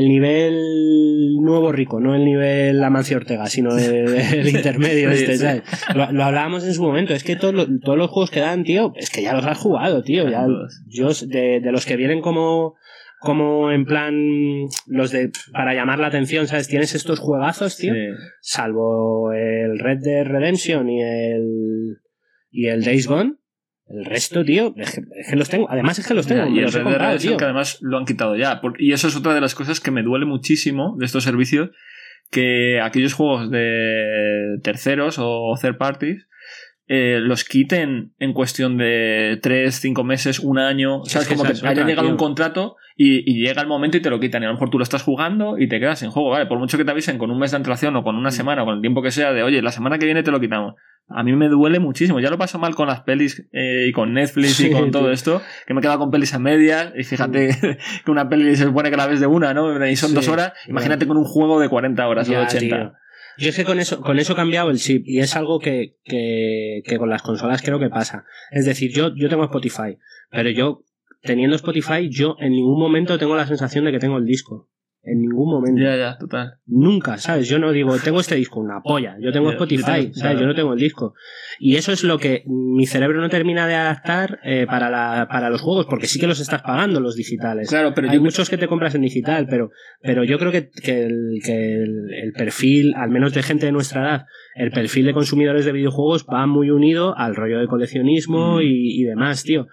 nuevo rico, no el nivel Amancio Ortega, sino el intermedio sí. ¿Sabes? Lo hablábamos en su momento, es que todos los juegos que dan, tío, es que ya los has jugado, tío, ya, yo de los que vienen como en plan los de para llamar la atención, ¿sabes? Tienes estos juegazos, tío, sí. Salvo el Red Dead Redemption y el Days Gone. El resto, tío, es que los tengo. Además es que los tengo. Y el Red Dead Redemption, que además lo han quitado ya. Y eso es otra de las cosas que me duele muchísimo de estos servicios, que aquellos juegos de terceros o third parties los quiten en cuestión de 3, 5 meses, un año, ¿sabes? Como que haya llegado un contrato y llega el momento y te lo quitan y a lo mejor tú lo estás jugando y te quedas sin juego, ¿vale? Por mucho que te avisen con un mes de antelación o con una semana o con el tiempo que sea de, oye, la semana que viene te lo quitamos. A mí me duele muchísimo, ya lo paso mal con las pelis y con Netflix y con todo esto, que me he quedado con pelis a medias y fíjate que una peli se supone que la ves de una, ¿no? Y son 2 horas, imagínate con un juego de 40 horas o de 80. Tío. Yo es que con eso he cambiado el chip y es algo que con las consolas creo que pasa. Es decir, yo tengo Spotify, pero yo, teniendo Spotify, yo en ningún momento tengo la sensación de que tengo el disco. En ningún momento. Ya, total. Nunca, ¿sabes? Yo no digo, tengo este disco, una polla. Yo tengo Spotify, ¿sabes? Yo no tengo el disco. Y eso es lo que mi cerebro no termina de adaptar para los juegos, porque sí que los estás pagando los digitales. Claro, pero hay muchos que te compras en digital, pero yo creo que el perfil, al menos de gente de nuestra edad, el perfil de consumidores de videojuegos va muy unido al rollo de coleccionismo y demás, tío.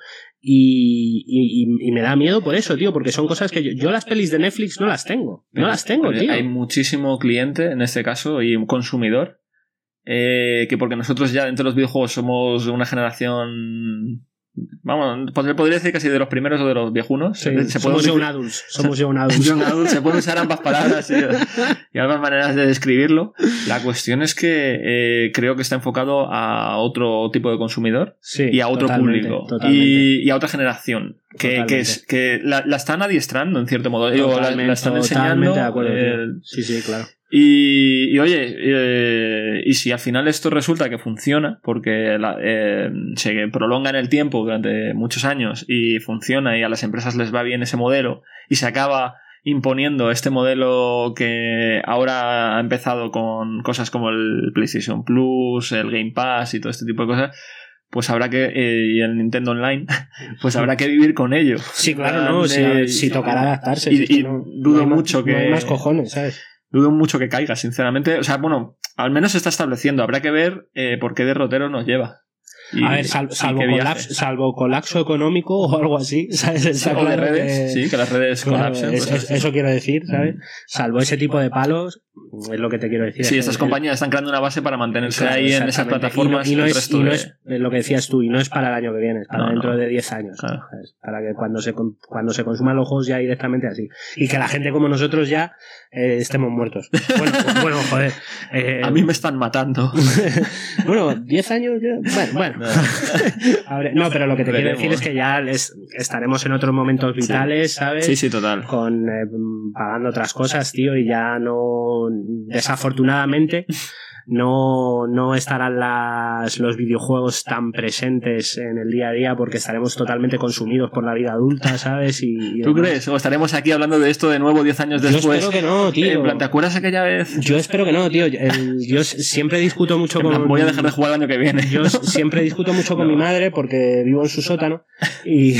Y me da miedo por eso, tío, porque son cosas que yo las pelis de Netflix no las tengo. No las tengo, tío. Hay muchísimo cliente, en este caso, y un consumidor, que porque nosotros ya dentro de los videojuegos somos de una generación... Vamos, podría decir casi de los primeros o de los viejunos. Sí, somos young adults. Somos young adults. Young adults, se pueden usar ambas palabras y ambas maneras de describirlo. La cuestión es que creo que está enfocado a otro tipo de consumidor y a otro público y a otra generación que la están adiestrando en cierto modo. La están enseñando. De acuerdo, sí, claro. Y oye, y si al final esto resulta que funciona, porque se prolonga en el tiempo durante muchos años y funciona y a las empresas les va bien ese modelo y se acaba imponiendo este modelo que ahora ha empezado con cosas como el PlayStation Plus, el Game Pass y todo este tipo de cosas, pues habrá que, y el Nintendo Online, pues habrá que vivir con ello. Sí, claro, no, si tocará adaptarse. Y dudo mucho que... No hay más cojones, ¿sabes? Dudo mucho que caiga, sinceramente. O sea, bueno, al menos se está estableciendo. Habrá que ver por qué derrotero nos lleva. A ver, salvo colapso económico o algo así, ¿sabes? O de redes, sí, que las redes colapsen. Pues eso quiero decir, ¿sabes? Salvo ese tipo de palos, es lo que te quiero decir. Sí, estas compañías están creando una base para mantenerse ahí en esas plataformas. Y no es lo que decías tú, y no es para el año que viene, es para dentro de 10 años. Claro. Para que cuando se consuman los juegos ya directamente así. Y que la gente como nosotros ya estemos muertos. Bueno, joder. A mí me están matando. Bueno, 10 años ya... Bueno. No, pero lo que te quiero decir es que ya estaremos en otros momentos vitales, ¿sabes? Sí, total. Con pagando otras cosas, tío, y ya no, desafortunadamente, no estarán los videojuegos tan presentes en el día a día porque estaremos totalmente consumidos por la vida adulta, ¿sabes? ¿Tú crees? ¿O estaremos aquí hablando de esto de nuevo 10 años después? Yo espero que no, tío. En plan, ¿te acuerdas aquella vez? Yo espero que no, tío. Yo siempre discuto mucho con... Voy a dejar de jugar el año que viene. Yo siempre discuto mucho con mi madre porque vivo en su sótano y...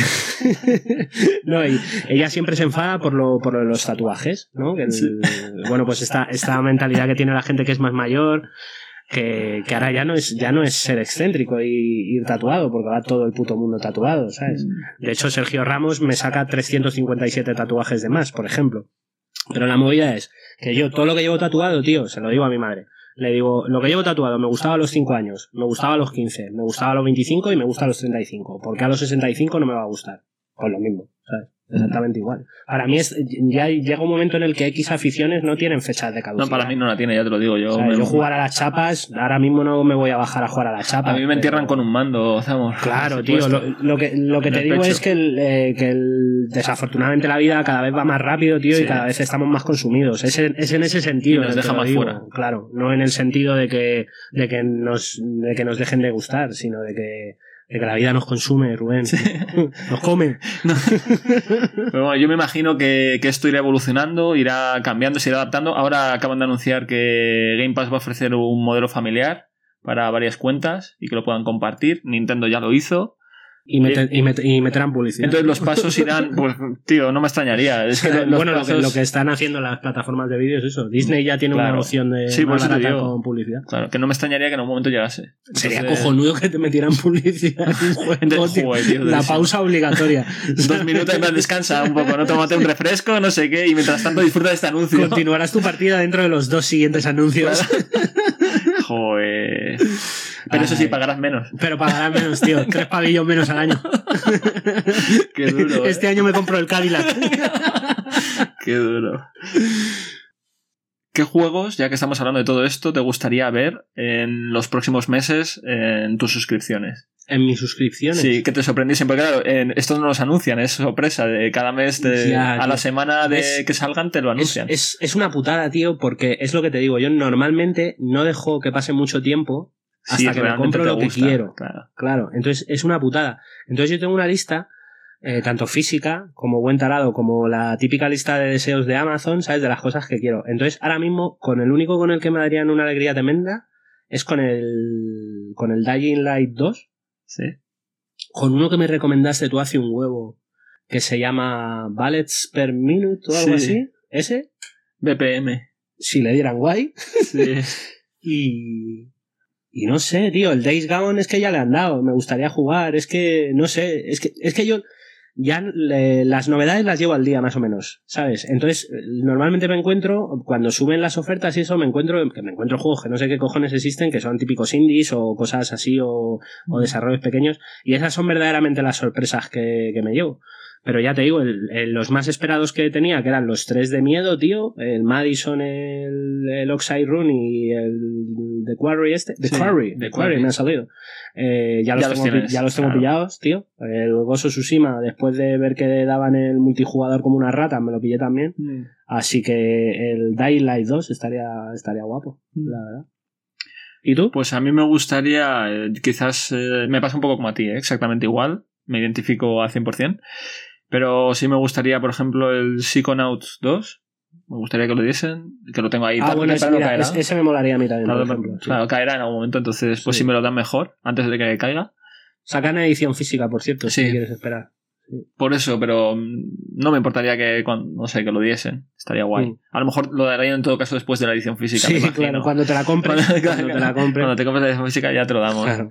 y ella siempre se enfada por lo de los tatuajes, ¿no? Bueno, pues esta mentalidad que tiene la gente que es más mayor... Que ahora ya no es ser excéntrico y ir tatuado, porque va todo el puto mundo tatuado, ¿sabes? De hecho, Sergio Ramos me saca 357 tatuajes de más, por ejemplo. Pero la movida es que yo, todo lo que llevo tatuado, tío, se lo digo a mi madre. Le digo, lo que llevo tatuado me gustaba a los 5 años, me gustaba a los 15, me gustaba a los 25 y me gusta a los 35. ¿Por qué a los 65 no me va a gustar? Pues lo mismo, ¿sabes? Exactamente igual. Para mí ya llega un momento en el que X aficiones no tienen fechas de caducidad. No, para mí no la tiene, ya te lo digo. Yo jugar a las chapas, ahora mismo no me voy a bajar a jugar a las chapas. A mí me entierran con un mando, Zamos. Claro, tío. Lo que te digo es que desafortunadamente la vida cada vez va más rápido, tío, y cada vez estamos más consumidos. Es en ese sentido. Y nos deja más fuera. Claro, no en el sentido de que nos dejen de gustar, sino de que la vida nos consume, Rubén. Sí. Nos come. No. Pero bueno, yo me imagino que esto irá evolucionando, irá cambiando, se irá adaptando. Ahora acaban de anunciar que Game Pass va a ofrecer un modelo familiar para varias cuentas y que lo puedan compartir. Nintendo ya lo hizo. Y meterán publicidad. Entonces los pasos irán, pues tío, no me extrañaría. Es que lo que están haciendo las plataformas de vídeos es eso. Disney ya tiene una opción de más barata con publicidad. Claro, que no me extrañaría que en un momento llegase. Sería cojonudo que te metieran publicidad en un juego, tío, la pausa obligatoria. 2 minutos y más descansa un poco, no tómate un refresco, no sé qué, y mientras tanto disfruta de este anuncio. Continuarás tu partida dentro de los 2 siguientes anuncios. Joder. Pero eso sí, pagarás menos. Pero pagarás menos, tío. 3 pavillos menos al año. Qué duro. Este año me compro el Cadillac. Qué duro. ¿Qué juegos, ya que estamos hablando de todo esto, te gustaría ver en los próximos meses en tus suscripciones? ¿En mis suscripciones? Sí, que te sorprendiesen, porque claro, esto no los anuncian, es sorpresa, de cada mes a la semana que salgan te lo anuncian. Es una putada, tío, porque es lo que te digo, yo normalmente no dejo que pase mucho tiempo hasta que me compro lo que quiero. Claro, entonces es una putada. Entonces yo tengo una lista, tanto física como buen tarado, como la típica lista de deseos de Amazon, ¿sabes? De las cosas que quiero. Entonces ahora mismo, con el único con el que me darían una alegría tremenda es con el Dying Light 2. Sí. Con uno que me recomendaste tú hace un huevo, que se llama Bullets per Minute o algo así. ¿Ese? BPM. Si le dieran guay. Sí. y no sé, tío, el Days Gone es que ya le han dado, me gustaría jugar, es que, no sé, es que yo ya las novedades las llevo al día más o menos, ¿sabes? Entonces, normalmente me encuentro, cuando suben las ofertas y eso, me encuentro juegos que no sé qué cojones existen, que son típicos indies o cosas así o desarrollos pequeños, y esas son verdaderamente las sorpresas que me llevo. Pero ya te digo, los más esperados que tenía, que eran los 3 de miedo, tío, el Madison, el Oxide Run y el The Quarry The Quarry me ha salido. Ya los tengo pillados, tío. El Ghost of Tsushima, después de ver que daban el multijugador como una rata, me lo pillé también. Así que el Dying Light 2 estaría guapo, la verdad. ¿Y tú? Pues a mí me gustaría, quizás me pasa un poco como a ti, exactamente igual, me identifico al 100%. Pero sí me gustaría, por ejemplo, el Psychonauts 2. Me gustaría que lo diesen, que lo tengo ahí. Bueno, ese me molaría a mí también, por ejemplo. Claro, caerá en algún momento, entonces pues si me lo dan mejor, antes de que caiga. Sacan edición física, por cierto, si quieres esperar. Sí. Por eso, pero no me importaría que lo diesen. Estaría guay. A lo mejor lo darían en todo caso después de la edición física. Sí, claro, cuando te la compres. Cuando te compres la edición física ya te lo damos. Claro.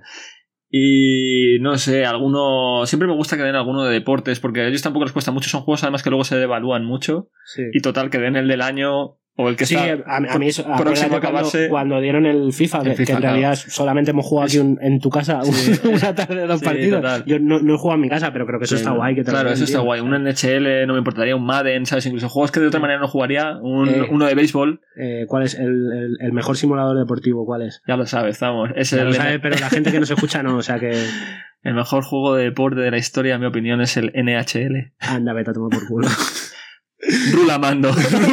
Y no sé, siempre me gusta que den alguno de deportes, porque a ellos tampoco les cuesta mucho, son juegos además que luego se devalúan mucho. Sí. Y total, que den el del año o el que está a mí eso, próximo a acabarse. Cuando dieron el FIFA, que en realidad solamente hemos jugado aquí en tu casa una tarde de 2 partidos. Total. Yo no he jugado en mi casa, pero creo que eso está guay. Claro, eso está guay. Un NHL, no me importaría, un Madden, ¿sabes? Incluso juegos que de otra manera no jugaría. Uno de béisbol. ¿Cuál es el mejor simulador deportivo? ¿Cuál es? Ya lo sabes, estamos. Lo sabe, pero la gente que nos escucha no, o sea que... El mejor juego de deporte de la historia, en mi opinión, es el NHL. Anda, vete a tomar por culo. Rulamando.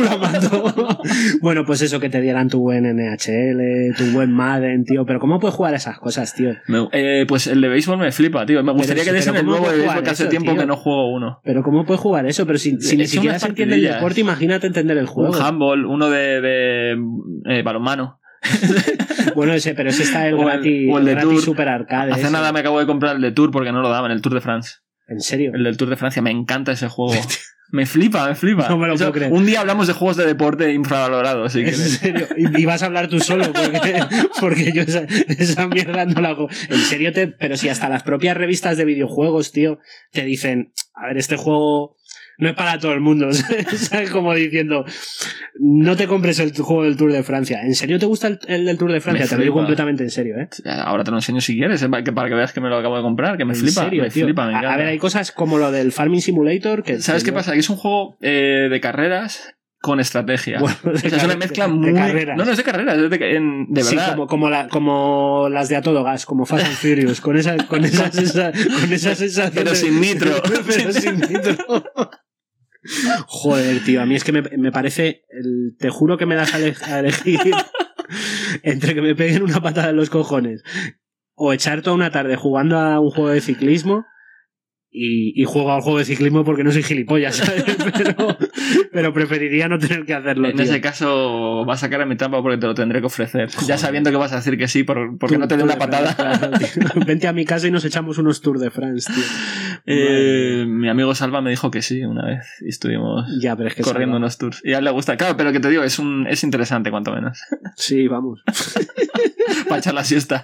Bueno, pues eso, que te dieran tu buen NHL, tu buen Madden, tío. Pero ¿cómo puedes jugar esas cosas, tío? Pues el de béisbol me flipa, tío. Me gustaría que diesen el nuevo de béisbol, que hace tiempo que no juego uno. Pero ¿cómo puedes jugar eso? Pero si ni siquiera se entiende el deporte, imagínate entender el juego. Un handball, uno de balonmano. Bueno, pero ese está el gratis Super Arcade. Hace nada me acabo de comprar el de Tour porque no lo daban, el Tour de France. ¿En serio? El del Tour de Francia, me encanta ese juego. Me flipa. No me lo puedo creer. Un día hablamos de juegos de deporte infravalorados. ¿En serio? Y vas a hablar tú solo, porque yo esa mierda no la hago. En serio, pero si hasta las propias revistas de videojuegos, tío, te dicen, a ver, este juego no es para todo el mundo, ¿sabes? Como diciendo, no te compres el juego del Tour de Francia. ¿En serio te gusta el del Tour de Francia? Te lo digo completamente en serio, ¿eh? Ahora te lo enseño si quieres, para que veas que me lo acabo de comprar, que me flipa. Serio, me flipa, me encanta. A ver, hay cosas como lo del Farming Simulator que... ¿Sabes qué pasa? Que es un juego de carreras con estrategia. Bueno, es una mezcla muy... carreras. No es de carreras, es de verdad. Sí, como las de A Todo Gas, como Fast and Furious, con esa sensación. Pero sin nitro. Pero sin nitro. Joder, tío, a mí es que me parece, te juro que me das a elegir entre que me peguen una patada en los cojones o echar toda una tarde jugando a un juego de ciclismo y juego al juego de ciclismo porque no soy gilipollas, ¿sabes? Pero preferiría no tener que hacerlo. En ese caso vas a sacar a mi trampa porque te lo tendré que ofrecer. Joder. Ya sabiendo que vas a decir que sí porque no te dé una patada. Claro, vente a mi casa y nos echamos unos Tour de France, tío. Mi amigo Salva me dijo que sí una vez y estuvimos corriendo unos tours. Y a él le gusta. Claro, pero que te digo, es interesante cuanto menos. Sí, vamos. Para echar la siesta.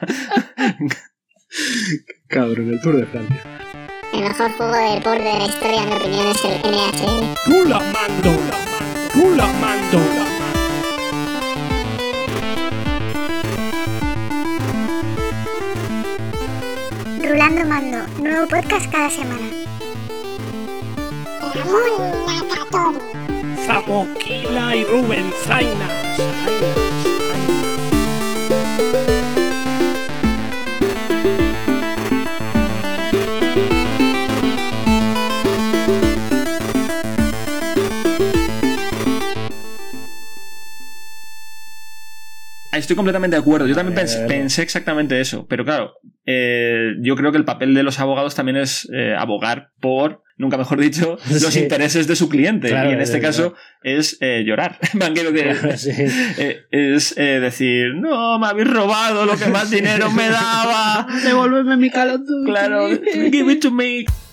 Cabrón, el Tour de Francia. El mejor juego de deporte de la historia, en mi opinión, es el NHL. ¡Rulamando! Rulando Mando, nuevo podcast cada semana. Ramón Nacator. Zamoquila y Rubén Zainas. Estoy completamente de acuerdo. Yo también pensé exactamente eso. Pero claro, yo creo que el papel de los abogados también es abogar por, nunca mejor dicho, los intereses de su cliente. Claro, y en este caso es llorar. Es decir, no, me habéis robado lo que más dinero me daba. Devuélveme mi Call of Duty. Claro, give it to me.